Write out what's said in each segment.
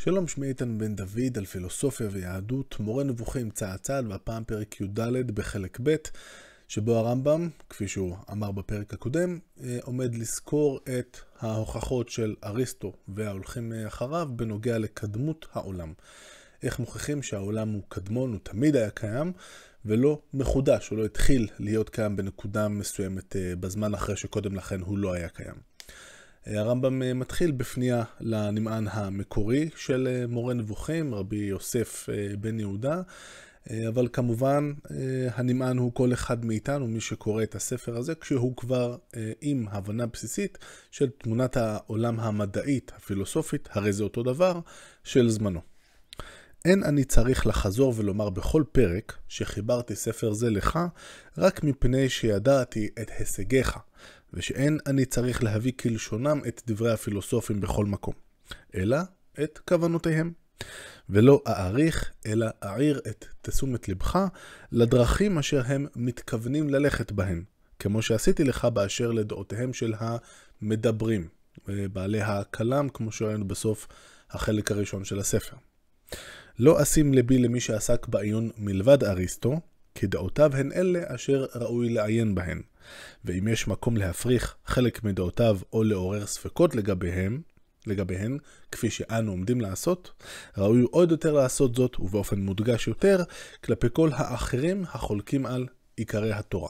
שלום, שמי איתן בן דוד על פילוסופיה ויהדות, מורה נבוכים צעד צעד, והפעם פרק י"ד בחלק ב', שבו הרמב"ם, כפי שהוא אמר בפרק הקודם, עומד לזכור את ההוכחות של אריסטו וההולכים אחריו בנוגע לקדמות העולם. איך מוכיחים שהעולם הוא קדמון, הוא תמיד היה קיים, ולא מחודש, הוא לא התחיל להיות קיים בנקודה מסוימת בזמן אחרי שקודם לכן הוא לא היה קיים. הרמב"ם מתחיל בפנייה לנמען המקורי של מורה נבוכים, רבי יוסף בן יהודה, אבל כמובן הנמען הוא כל אחד מאיתנו, מי שקורא את הספר הזה, כשהוא כבר עם הבנה בסיסית של תמונת העולם המדעית, הפילוסופית, הרי זה אותו דבר, של זמנו. אין אני צריך לחזור ולומר בכל פרק שחיברתי ספר זה לך, רק מפני שידעתי את הישגיך, ושאין אני צריך להביא כלשונם את דברי הפילוסופים בכל מקום, אלא את כוונותיהם. ולא אעריך, אלא אעיר את תשומת לבך לדרכים אשר הם מתכוונים ללכת בהן, כמו שעשיתי לך באשר לדעותיהם של המדברים, בעלי הכלם, כמו שראינו בסוף החלק הראשון של הספר. לא אשים לבי למי שעסק בעיון מלבד אריסטו, כי דעותיו הן אלה אשר ראוי לעיין בהן. ואם יש מקום להפריך חלק מדעותיו או לעורר ספקות לגביהן, כפי שאנו עומדים לעשות, ראוי עוד יותר לעשות זאת, ובאופן מודגש יותר, כלפי כל האחרים החולקים על עיקרי התורה.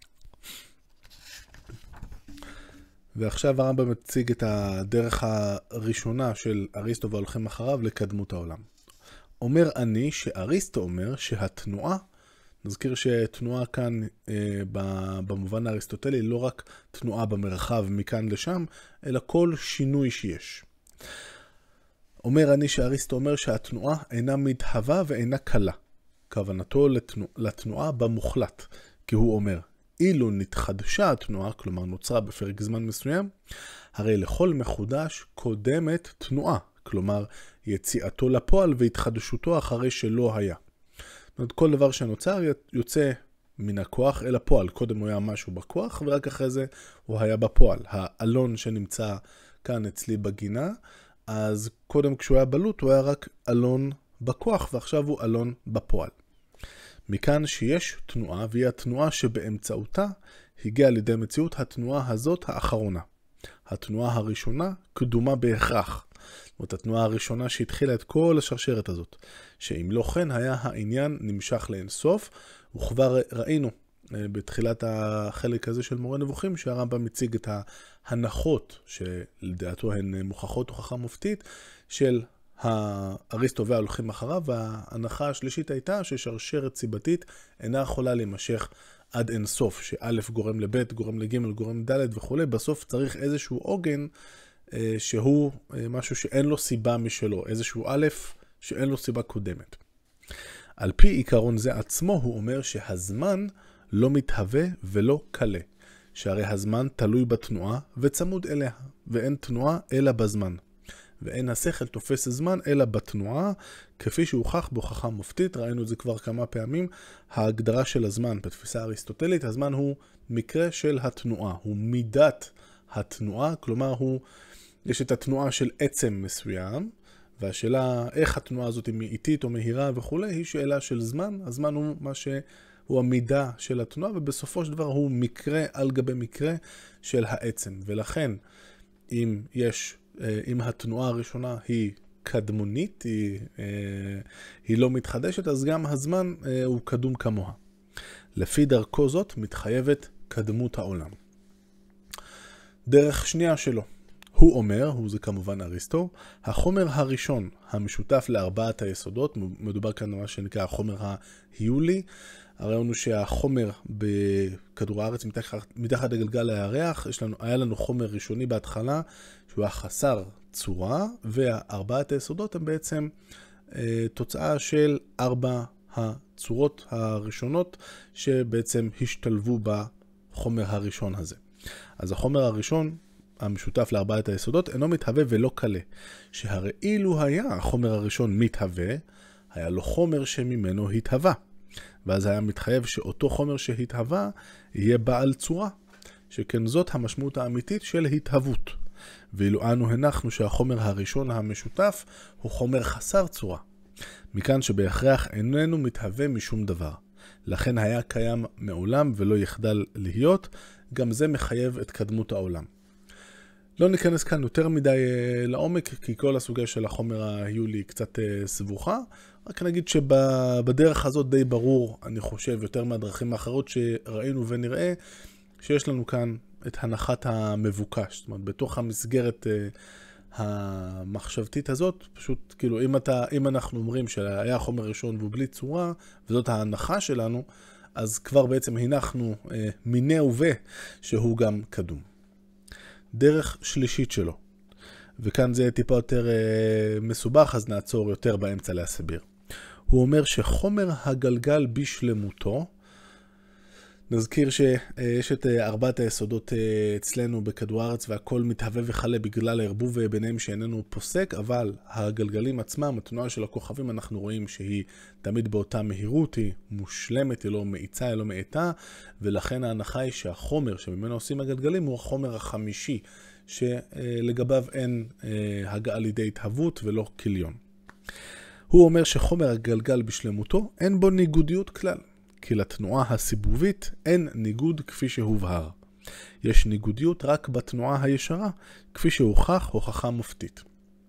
ועכשיו הרמב"ם מציג את הדרך הראשונה של אריסטו וההולכים אחריו לקדמות העולם. אומר אני שאריסטו אומר שהתנועה, נזכיר שתנועה כאן במובן האריסטוטלי לא רק תנועה במרחב מכאן לשם, אלא כל שינוי שיש. אומר אני שאריסטו אומר שהתנועה אינה מתהווה ואינה קלה. כוונתו לתנועה במוחלט, כי הוא אומר, אילו נתחדשה התנועה, כלומר נוצרה בפרק זמן מסוים, הרי לכל מחודש קודמת תנועה, כלומר יציאתו לפועל והתחדשותו אחרי שלא היה. זאת אומרת, כל דבר שנוצר יוצא מן הכוח אל הפועל. קודם הוא היה משהו בכוח, ורק אחרי זה הוא היה בפועל. האלון שנמצא כאן אצלי בגינה, אז קודם כשהוא היה בלוט הוא היה רק אלון בכוח, ועכשיו הוא אלון בפועל. מכאן שיש תנועה, והיא התנועה שבאמצעותה הגיעה לידי מציאות התנועה הזאת האחרונה. התנועה הראשונה קדומה בהכרח. זאת אומרת, התנועה הראשונה שהתחילה את כל השרשרת הזאת, שאם לא כן היה העניין נמשך לאינסוף, וכבר ראינו בתחילת החלק הזה של מורה נבוכים, שהרמב"ם מציג את ההנחות שלדעתו הן מוכחות הוכחה מופתית של אריסטו וההולכים אחריו, וההנחה השלישית הייתה ששרשרת סיבתית אינה יכולה להימשך עד אינסוף, שא' גורם לב', גורם לג', גורם ד' וכו'. בסוף צריך איזשהו עוגן שהוא משהו שאין לו סיבה משלו, איזשהו א' שאין לו סיבה קודמת. על פי עיקרון זה עצמו הוא אומר שהזמן לא מתהווה ולא קלה, שהרי הזמן תלוי בתנועה וצמוד אליה, ואין תנועה אלא בזמן, ואין השכל תופס הזמן אלא בתנועה, כפי שהוכח בהוכחה מופתית. ראינו את זה כבר כמה פעמים. ההגדרה של הזמן בתפיסה האריסטוטלית, הזמן הוא מקרה של התנועה, הוא מידת התנועה, כלומר יש את התנועה של עצם מסוים, והשאלה איך התנועה הזאת היא איטית או מהירה וכו', היא שאלה של זמן. הזמן הוא מה שהוא המידה של התנועה, ובסופו של דבר הוא מקרה על גבי מקרה של העצם. ולכן אם התנועה הראשונה היא קדמונית, היא לא מתחדשת, אז גם הזמן הוא קדום כמוה. לפי דרכו זאת מתחייבת קדמות העולם. דרך שנייה שלו. הוא אומר, זה כמובן אריסטו, החומר הראשון המשותף לארבעת היסודות, מדובר כאן על מה שנקרא החומר ההיולי. הרעיון הוא שהחומר בכדור הארץ מתחת לגלגל הירח, היה לנו חומר ראשוני בהתחלה, שהוא היה חסר צורה, והארבעת היסודות הם בעצם תוצאה של ארבע הצורות הראשונות, שבעצם השתלבו בחומר הראשון הזה. אז החומר הראשון המשותף לארבעת היסודות אינו מתהווה ולא קלה, שהרי אילו היה החומר הראשון מתהווה, היה לו חומר שממנו התהווה, ואז היה מתחייב שאותו חומר שהתהווה יהיה בעל צורה, שכן זאת המשמעות האמיתית של התהוות. ואילו אנו הנחנו שהחומר הראשון המשותף הוא חומר חסר צורה. מכאן שבהכרח איננו מתהווה משום דבר. לכן היה קיים מעולם ולא יחדל להיות, גם זה מחייב את קדמות העולם. לא ניכנס כאן יותר מדי לעומק, כי כל הסוגיה של החומר ההיולי קצת סבוכה. רק נגיד שבדרך הזאת די ברור, אני חושב, יותר מהדרכים האחרות שראינו ונראה, שיש לנו כאן את הנחת המבוקש. זאת אומרת, בתוך המסגרת המחשבתית הזאת, פשוט כאילו אם אנחנו אומרים שהיה חומר ראשון והוא בלי צורה, וזאת ההנחה שלנו, אז כבר בעצם הנחנו מיני ובה שהוא גם קדום. דרך שלישית שלו, וכאן זה טיפה יותר מסובך, אז נעצור יותר באמצע להסביר. הוא אומר שחומר הגלגל בשלמותו, נזכיר שיש את ארבעת היסודות אצלנו בכדור הארץ, והכל מתהווה וחלה בגלל הערבוב ביניהם שאיננו פוסק, אבל הגלגלים עצמם, התנועה של הכוכבים, אנחנו רואים שהיא תמיד באותה מהירות, היא מושלמת, היא לא מאיצה, היא לא מאטה, ולכן ההנחה היא שהחומר שממנו עושים הגלגלים הוא החומר החמישי, שלגביו אין הגעה לידי התהוות ולא כליון. הוא אומר שחומר הגלגל בשלמותו אין בו ניגודיות כלל. כי לתנועה הסיבובית אין ניגוד כפי שהובהר. יש ניגודיות רק בתנועה הישרה, כפי שהוכח הוכחה מופתית.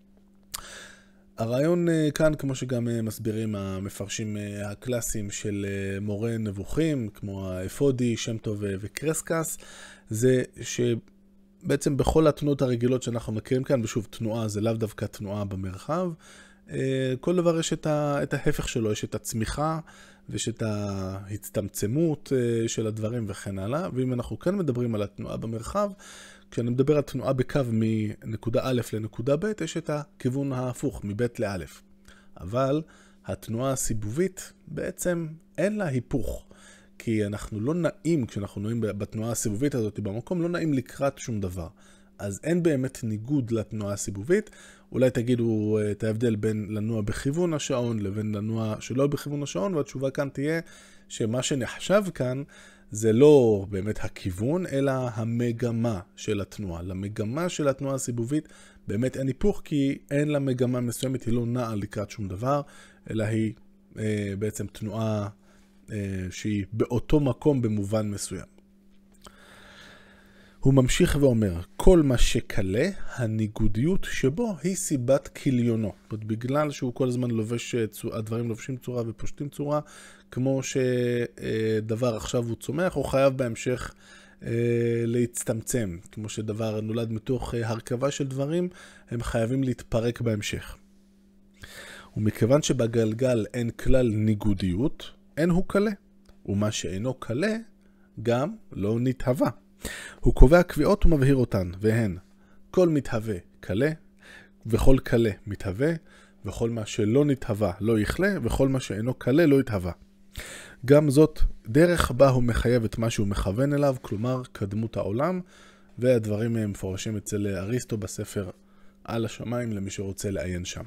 הרעיון כאן, כמו שגם מסבירים המפרשים הקלאסיים של מורה נבוכים, כמו האפודי, שם טוב וקרסקס, זה שבעצם בכל התנועות הרגילות שאנחנו מכירים כאן, ושוב תנועה זה לאו דווקא תנועה במרחב, כל דבר יש את ההפך שלו, יש את הצמיחה, ויש את ההצטמצמות של הדברים וכן הלאה. ואם אנחנו כאן מדברים על התנועה במרחב, כשאני מדבר על תנועה בקו מנקודה א' לנקודה ב', יש את הכיוון ההפוך, מב' לא'. אבל התנועה הסיבובית בעצם אין לה היפוך. כי אנחנו לא נעים, כשאנחנו נעים בתנועה הסיבובית הזאת במקום, לא נעים לקראת שום דבר. אז אין באמת ניגוד לתנועה הסיבובית. אולי תגידו את ההבדל בין לנוע בכיוון השעון לבין לנוע שלא בכיוון השעון, והתשובה כאן תהיה שמה שנחשב כאן זה לא באמת הכיוון, אלא המגמה של התנועה. למגמה של התנועה הסיבובית באמת אין היפוך, כי אין לה מגמה מסוימת, היא לא נעה לקראת שום דבר, אלא היא בעצם תנועה שהיא באותו מקום במובן מסוים. הוא ממשיך ואומר, כל מה שקלה, הניגודיות שבו היא סיבת כליונו. בגלל שהוא כל הזמן לובש, הדברים לובשים צורה ופושטים צורה, כמו שדבר עכשיו הוא צומח, הוא חייב בהמשך להצטמצם. כמו שדבר נולד מתוך הרכבה של דברים, הם חייבים להתפרק בהמשך. ומכיוון שבגלגל אין כלל ניגודיות, אין הוא קלה. ומה שאינו קלה, גם לא נתהווה. הוא קובע קביעות ומבהיר אותן, והן כל מתהווה קלה, וכל קלה מתהווה, וכל מה שלא נתהווה לא יכלה, וכל מה שאינו קלה לא יתהווה. גם זאת דרך בה הוא מחייב את מה שהוא מכוון אליו, כלומר קדמות העולם, והדברים הם מפורשים אצל אריסטו בספר על השמיים למי שרוצה לעיין שם.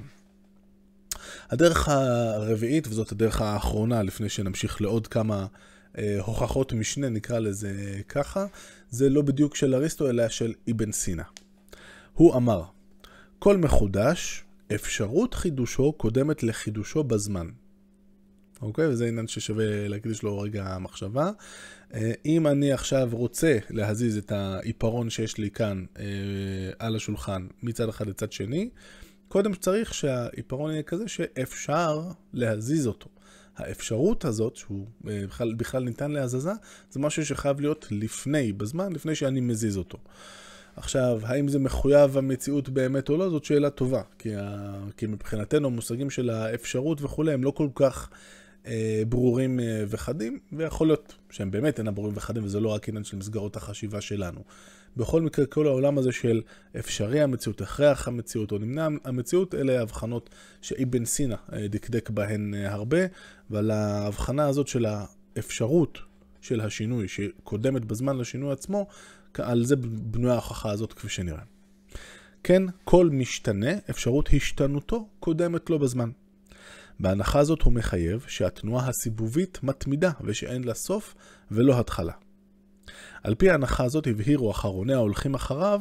הדרך הרביעית, וזאת הדרך האחרונה לפני שנמשיך לעוד כמה הוכחות משנה, נקרא לזה ככה, זה לא בדיוק של אריסטו, אלא של אבן סינה. הוא אמר, כל מחודש, אפשרות חידושו קודמת לחידושו בזמן. אוקיי? וזה עניין ששווה להקדיש לו רגע מחשבה. אם אני עכשיו רוצה להזיז את העיפרון שיש לי כאן על השולחן מצד אחד לצד שני, קודם צריך שהעיפרון יהיה כזה שאפשר להזיז אותו. האפשרות הזאת, שהוא בכלל ניתן להזזה, זה משהו שחייב להיות לפני, בזמן, לפני שאני מזיז אותו. עכשיו, האם זה מחויב המציאות באמת או לא? זאת שאלה טובה, כי מבחינתנו המושגים של האפשרות וכו' הם לא כל כך ברורים וחדים, ויכול להיות שהם באמת אינם ברורים וחדים, וזה לא רק עניין של מסגרות החשיבה שלנו. בכל מקרה, כל העולם הזה של אפשרי המציאות, הכרח המציאות או נמנע המציאות, אלה ההבחנות שאבן סינה דקדק בהן הרבה, ועל ההבחנה הזאת של האפשרות של השינוי, שקודמת בזמן לשינוי עצמו, על זה בנויה ההוכחה הזאת כפי שנראה. כן, כל משתנה, אפשרות השתנותו, קודמת לו בזמן. בהנחה הזאת הוא מחייב שהתנועה הסיבובית מתמידה ושאין לה סוף ולא התחלה. על פי ההנחה הזאת הבהירו אחרוני ההולכים אחריו,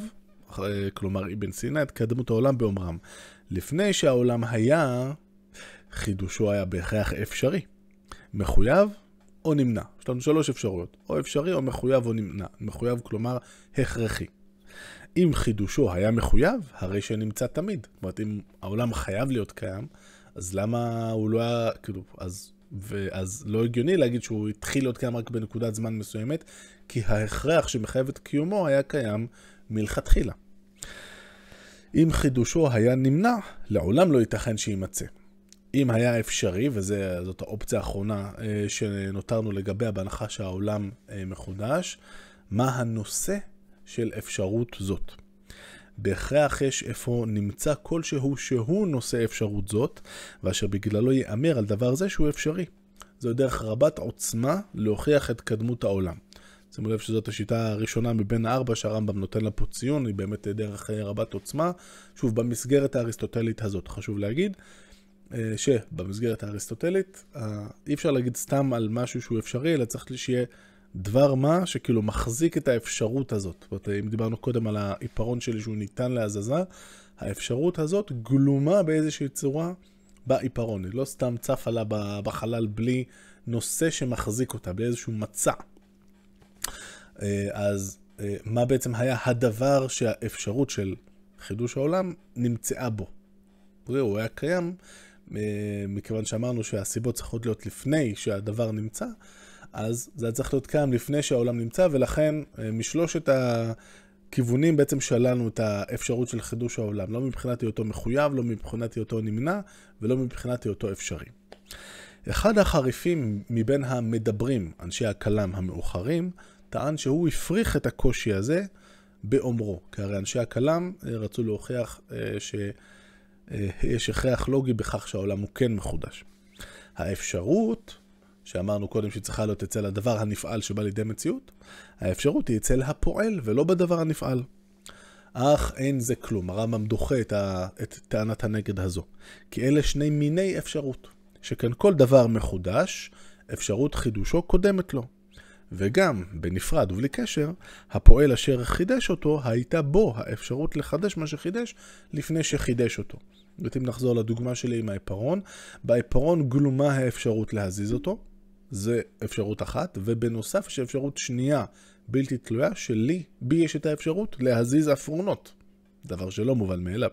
כלומר אבן סינה, את קדמות העולם באומרם. לפני שהעולם היה, חידושו היה בהכרח אפשרי. מחויב או נמנע. יש לנו 3 אפשרויות. או אפשרי או מחויב או נמנע. מחויב כלומר הכרחי. אם חידושו היה מחויב, הרי שנמצא תמיד. זאת אומרת, אם העולם חייב להיות קיים, אז למה הוא לא היה, כאילו, אז לא הגיוני להגיד שהוא התחיל להיות קיים רק בנקודת זמן מסוימת, כי ההכרח שמחייב את קיומו היה קיים מלכתחילה. אם חידושו היה נמנע, לעולם לא ייתכן שימצא. אם היה אפשרי, וזאת האופציה האחרונה שנותרנו לגביה בהנחה שהעולם מחודש, מה הנושא של אפשרות זאת? בהכרח יש איפה נמצא כלשהו שהוא נושא אפשרות זאת, ואשר בגללו יאמר על דבר זה שהוא אפשרי. זו דרך רבת עוצמה להוכיח את קדמות העולם. שימו לב שזאת השיטה הראשונה מבין 4 שהרמב"ם נותן לה פה ציון, היא באמת דרך רבת עוצמה. שוב, במסגרת האריסטוטלית הזאת חשוב להגיד, שבמסגרת האריסטוטלית אי אפשר להגיד סתם על משהו שהוא אפשרי, אלא צריך שיהיה דבר מה שכאילו מחזיק את האפשרות הזאת. זאת אומרת, אם דיברנו קודם על העיפרון שלי שהוא ניתן להזזה, האפשרות הזאת גלומה באיזושהי צורה בעיפרון. היא לא סתם צף עלה בחלל בלי נושא שמחזיק אותה, באיזשהו מצע. אז מה בעצם היה הדבר שהאפשרות של חידוש העולם נמצאה בו? הוא היה קיים, מכיוון שאמרנו שהסיבות צריכות להיות לפני שהדבר נמצא, אז זה צריך להיות קיים לפני שהעולם נמצא, ולכן משלושת הכיוונים בעצם שללנו את האפשרות של חידוש העולם. לא מבחינת היותו מחויב, לא מבחינת היותו נמנע, ולא מבחינת היותו אפשרי. אחד החריפים מבין המדברים, אנשי הכלם המאוחרים, טען שהוא הפריך את הקושי הזה באומרו. כי הרי אנשי הכלם רצו להוכיח שיש הכרח לוגי בכך שהעולם הוא כן מחודש. האפשרות, שאמרנו קודם שצריכה להיות אצל הדבר הנפעל שבא לידי מציאות, האפשרות היא אצל הפועל ולא בדבר הנפעל. אך אין זה כלום, הרמב"ם דוחה את טענת הנגד הזו. כי אלה שני מיני אפשרות, שכן כל דבר מחודש, אפשרות חידושו קודמת לו. וגם, בנפרד ובלי קשר, הפועל אשר חידש אותו, הייתה בו האפשרות לחדש מה שחידש לפני שחידש אותו. אם נחזור לדוגמה שלי עם העיפרון, בעיפרון גלומה האפשרות להזיז אותו, זה אפשרות אחת, ובנוסף יש אפשרות שנייה בלתי תלויה שלי, בי יש את האפשרות להזיז אפרונות, דבר שלא מובן מאליו.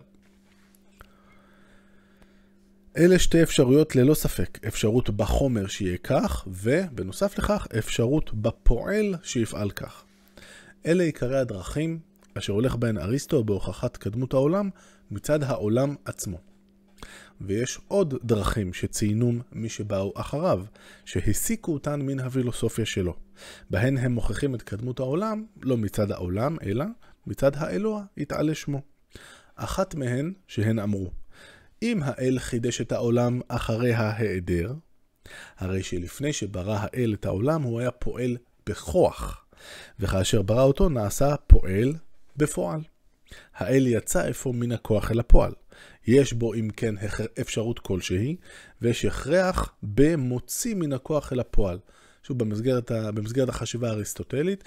אלה שתי אפשרויות ללא ספק, אפשרות בחומר שיהיה כך, ובנוסף לכך אפשרות בפועל שיפעל כך. אלה עיקרי הדרכים אשר הולך בהן אריסטו בהוכחת קדמות העולם מצד העולם עצמו. ויש עוד דרכים שציינו מי שבאו אחריו, שהסיקו אותן מן הפילוסופיה שלו. בהן הם מוכיחים את קדמות העולם, לא מצד העולם, אלא מצד האלוה, יתעלה שמו. אחת מהן שהן אמרו, אם האל חידש את העולם אחרי ההיעדר, הרי שלפני שברא האל את העולם הוא היה פועל בכוח, וכאשר ברא אותו נעשה פועל בפועל. האל יצא אפוא מן הכוח אל הפועל. יש בו אם כן אפשרות כלשהי, ויש הכרח במוציא מן הכוח אל הפועל. שוב, במסגרת החשיבה האריסטוטלית,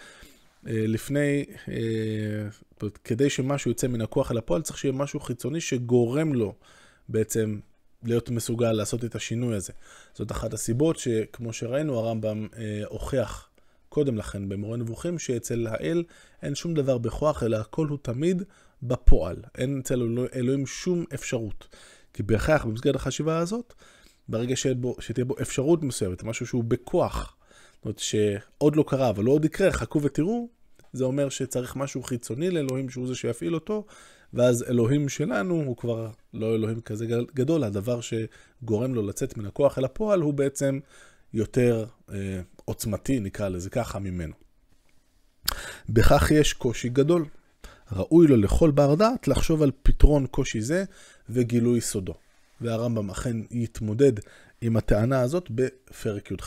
כדי שמשהו יצא מן הכוח אל הפועל, צריך שיהיה משהו חיצוני שגורם לו בעצם להיות מסוגל לעשות את השינוי הזה. זאת אחת הסיבות שכמו שראינו, הרמב"ם הוכיח קודם לכן במורה נבוכים, שאצל האל אין שום דבר בכוח, אלא הכל הוא תמיד בפועל. אין אצל אלוהים שום אפשרות. כי בהכרח במסגרת החשיבה הזאת, ברגע שתהיה בו אפשרות מסוימת, משהו שהוא בכוח, זאת אומרת שעוד לא קרה, אבל לא עוד יקרה, חכו ותראו, זה אומר שצריך משהו חיצוני לאלוהים שהוא זה שיפעיל אותו, ואז אלוהים שלנו הוא כבר לא אלוהים כזה גדול, הדבר שגורם לו לצאת מן הכוח אל הפועל הוא בעצם יותר עוצמתי, נקרא לזה ככה, ממנו. בכך יש קושי גדול. ראוי לו לכל בר דעת לחשוב על פתרון קושי זה וגילוי סודו. והרמב"ם אכן יתמודד עם הטענה הזאת בפרק י"ח.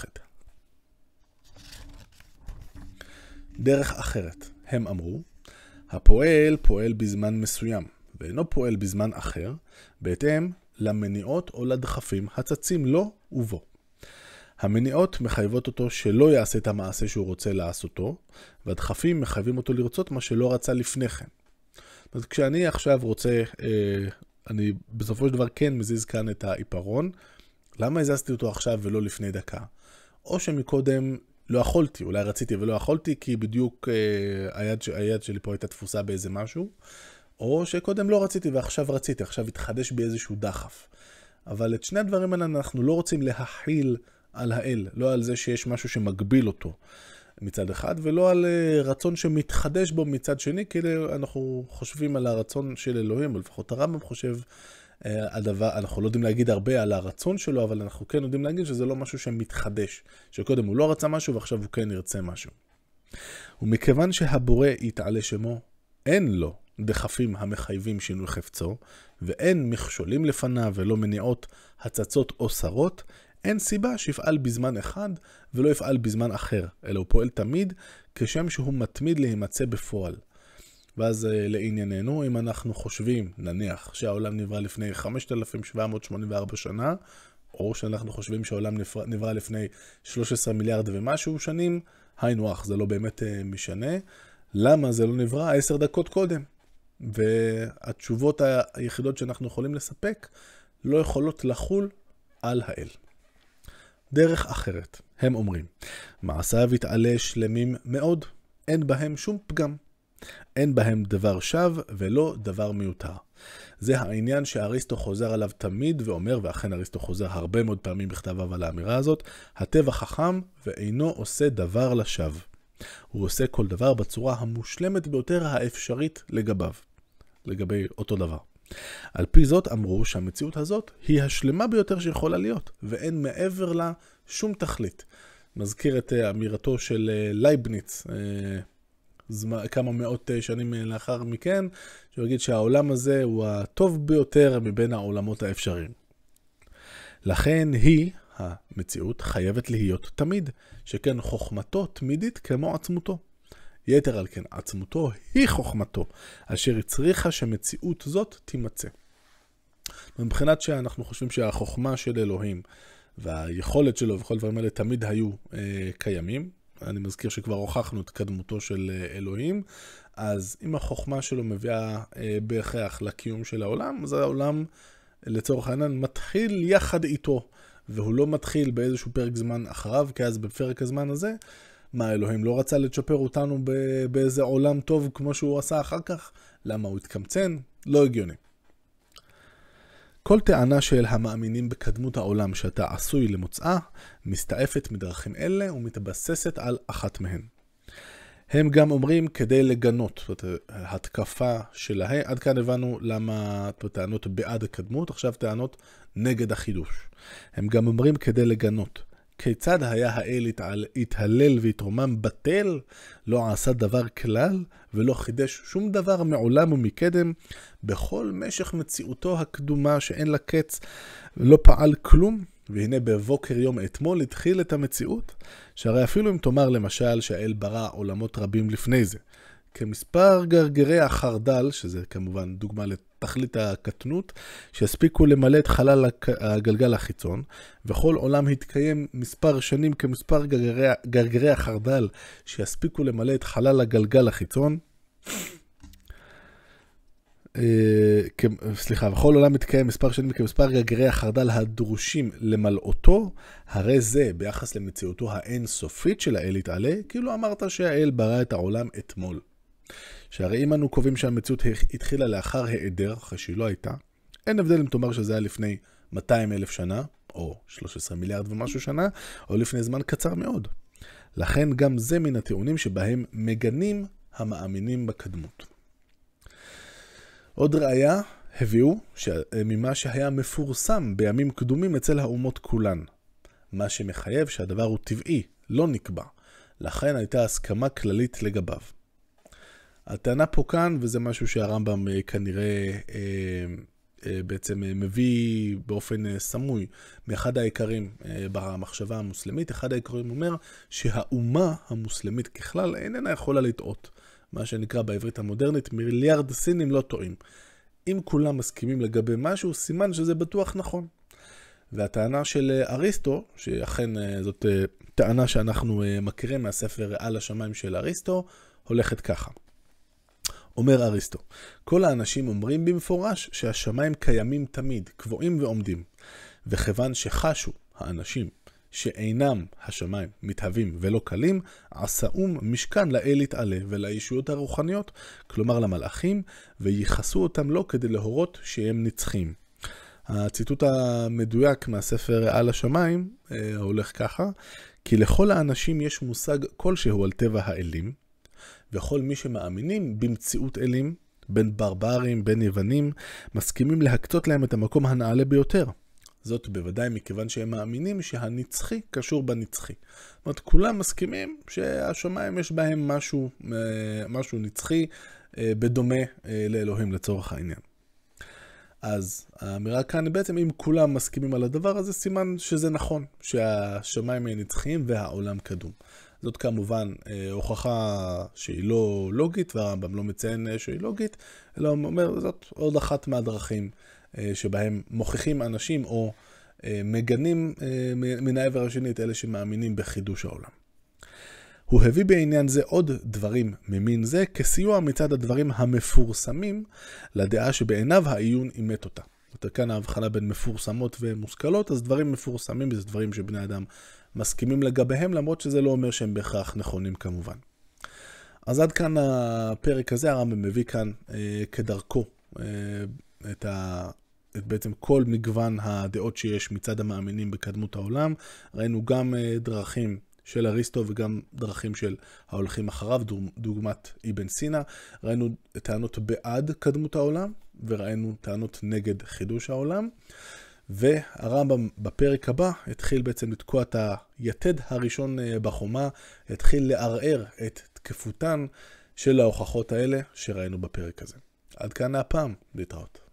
דרך אחרת, הם אמרו, הפועל פועל בזמן מסוים, ואינו פועל בזמן אחר, בהתאם למניעות או לדחפים הצצים לו ובו. המניעות מחייבות אותו שלא יעשה את המעשה שהוא רוצה לעשותו, והדחפים מחייבים אותו לרצות מה שלא רצה לפני כן. אז כשאני עכשיו רוצה, אני בסופו של דבר כן מזיז כאן את העיפרון, למה הזזתי אותו עכשיו ולא לפני דקה? או שמקודם לא יכולתי, אולי רציתי ולא יכולתי, כי בדיוק היד שלי פה הייתה תפוסה באיזה משהו, או שקודם לא רציתי ועכשיו רציתי, עכשיו התחדש באיזשהו דחף. אבל את שני הדברים האלה אנחנו לא רוצים להכיל על האל, לא על זה שיש משהו שמגביל אותו מצד אחד, ולא על רצון שמתחדש בו מצד שני, כי אנחנו חושבים על הרצון של אלוהים, או לפחות הרמב"ם חושב, אנחנו לא יודעים להגיד הרבה על הרצון שלו, אבל אנחנו כן יודעים להגיד שזה לא משהו שמתחדש, שקודם הוא לא רצה משהו ועכשיו הוא כן ירצה משהו. ומכיוון שהבורא יתעלה שמו, אין לו דחפים המחייבים שינוי חפצו, ואין מכשולים לפניו ולא מניעות הצצות או שרות, אין סיבה שיפעל בזמן אחד ולא יפעל בזמן אחר, אלא הוא פועל תמיד כשם שהוא מתמיד להימצא בפועל. ואז לענייננו, אם אנחנו חושבים, נניח, שהעולם נברא לפני 5,784 שנה, או שאנחנו חושבים שהעולם נברא לפני 13 מיליארד ומשהו שנים, היינו אח, זה לא באמת משנה. למה זה לא נברא 10 דקות קודם? והתשובות היחידות שאנחנו יכולים לספק לא יכולות לחול על האל. דרך אחרת, הם אומרים, מעשיו יתעלה שלמים מאוד, אין בהם שום פגם. אין בהם דבר שווא ולא דבר מיותר. זה העניין שאריסטו חוזר עליו תמיד ואומר, ואכן אריסטו חוזר הרבה מאוד פעמים בכתביו על האמירה הזאת, הטבע חכם ואינו עושה דבר לשווא. הוא עושה כל דבר בצורה המושלמת ביותר האפשרית לגבי אותו דבר. על פי זאת אמרו שהמציאות הזאת היא השלמה ביותר שיכולה להיות, ואין מעבר לה שום תכלית. מזכיר את אמירתו של לייבניץ, כמה מאות שנים לאחר מכן, שהוא יגיד שהעולם הזה הוא הטוב ביותר מבין העולמות האפשריים. לכן היא, המציאות, חייבת להיות תמיד, שכן חוכמתו תמידית כמו עצמותו. יתר על כן, עצמותו היא חוכמתו, אשר הצריכה שמציאות זאת תימצא. מבחינת שאנחנו חושבים שהחוכמה של אלוהים והיכולת שלו וכל דברים האלה תמיד היו קיימים, אני מזכיר שכבר הוכחנו את קדמותו של אלוהים, אז אם החוכמה שלו מביאה בהכרח לקיום של העולם, אז העולם לצורך העניין מתחיל יחד איתו, והוא לא מתחיל באיזשהו פרק זמן אחריו, כי אז בפרק הזמן הזה, מה אלוהים לא רצה לצ'פר אותנו באיזה עולם טוב כמו שהוא עשה אחר כך? למה הוא התקמצן? לא הגיוני. כל טענה של המאמינים בקדמות העולם שאתה עשוי למוצאה, מסתעפת מדרכים אלה ומתבססת על אחת מהן. הם גם אומרים כדי לגנות, זאת אומרת, התקפה שלהם, עד כאן הבנו למה טענות בעד הקדמות, עכשיו טענות נגד החידוש. הם גם אומרים כדי לגנות. כיצד היה האל התהלל והתרומם בטל, לא עשה דבר כלל ולא חידש שום דבר מעולם ומקדם, בכל משך מציאותו הקדומה שאין לה קץ ולא פעל כלום, והנה בבוקר יום אתמול התחיל את המציאות, שהרי אפילו אם תאמר למשל שהאל ברא עולמות רבים לפני זה, כמספר גרגרי החרדל, שזה כמובן דוגמה לתכלית הקטנות, שהספיקו למלא את חלל הגלגל החיצון, וכל עולם התקיים מספר שנים כמספר גרגרי החרדל, שיספיקו למלא את חלל הגלגל החיצון, וכל עולם מתקיים מספר שנים כמספר גרגרי החרדל הדרושים למלאותו, הרי זה ביחס למציאותו האינסופית של האל יתעלה, כאילו אמרת שהאל ברא את העולם אתמול. שהרי אם אנו קובעים שהמציאות התחילה לאחר העדר, אחרי שהיא לא הייתה, אין הבדל אם תאמר שזה היה לפני 200,000 שנה, או 13 מיליארד ומשהו שנה, או לפני זמן קצר מאוד. לכן גם זה מן הטיעונים שבהם מגנים המאמינים בקדמות. עוד ראיה הביאו ממה שהיה מפורסם בימים קדומים אצל האומות כולן. מה שמחייב שהדבר הוא טבעי, לא נקבע. לכן הייתה הסכמה כללית לגביו. הטענה פה כאן, וזה משהו שהרמב"ם כנראה בעצם מביא באופן סמוי מאחד העיקרים במחשבה המוסלמית, אחד העיקרים אומר שהאומה המוסלמית ככלל איננה יכולה לטעות. מה שנקרא בעברית המודרנית, מיליארד סינים לא טועים. אם כולם מסכימים לגבי משהו, סימן שזה בטוח נכון. והטענה של אריסטו, שאכן זאת טענה שאנחנו מכירים מהספר על השמיים של אריסטו, הולכת ככה. אומר אריסטו, כל האנשים אומרים במפורש שהשמיים קיימים תמיד, קבועים ועומדים. וכיוון שחשו האנשים שאינם השמיים מתהווים ולא קלים, עשאום משכן לאל יתעלה ולישויות הרוחניות, כלומר למלאכים, וייחסו אותם לו כדי להורות שהם נצחים. הציטוט המדויק מהספר על השמיים הולך ככה, כי לכל האנשים יש מושג כלשהו על טבע האלים, וכל מי שמאמינים במציאות אלים, בין ברברים, בין יוונים, מסכימים להקצות להם את המקום הנעלה ביותר. זאת בוודאי מכיוון שהם מאמינים שהנצחי קשור בנצחי. זאת אומרת, כולם מסכימים שהשמיים יש בהם משהו נצחי בדומה לאלוהים לצורך העניין. אז האמירה כאן בעצם, אם כולם מסכימים על הדבר הזה, סימן שזה נכון, שהשמיים הם נצחיים והעולם קדום. זאת כמובן הוכחה שהיא לא לוגית, והרמב"ם לא מציין שהיא לוגית, אלא אומר, זאת עוד אחת מהדרכים שבהם מוכיחים אנשים או מגנים מן העבר השני את אלה שמאמינים בחידוש העולם. הוא הביא בעניין זה עוד דברים ממין זה כסיוע מצד הדברים המפורסמים לדעה שבעיניו העיון אימת אותה. כאן ההבחנה בין מפורסמות ומושכלות, אז דברים מפורסמים זה דברים שבני אדם מסכימים לגביהם, למרות שזה לא אומר שהם בהכרח נכונים כמובן. אז עד כאן הפרק הזה, הרמב"ם מביא כאן כדרכו את בעצם כל מגוון הדעות שיש מצד המאמינים בקדמות העולם. ראינו גם דרכים של אריסטו וגם דרכים של ההולכים אחריו, דוגמת אבן סינה. ראינו טענות בעד קדמות העולם, וראינו טענות נגד חידוש העולם. והרמב"ם בפרק הבא התחיל בעצם לתקוע את היתד הראשון בחומה, התחיל לערער את תקפותן של ההוכחות האלה שראינו בפרק הזה. עד כאן הפעם, להתראות.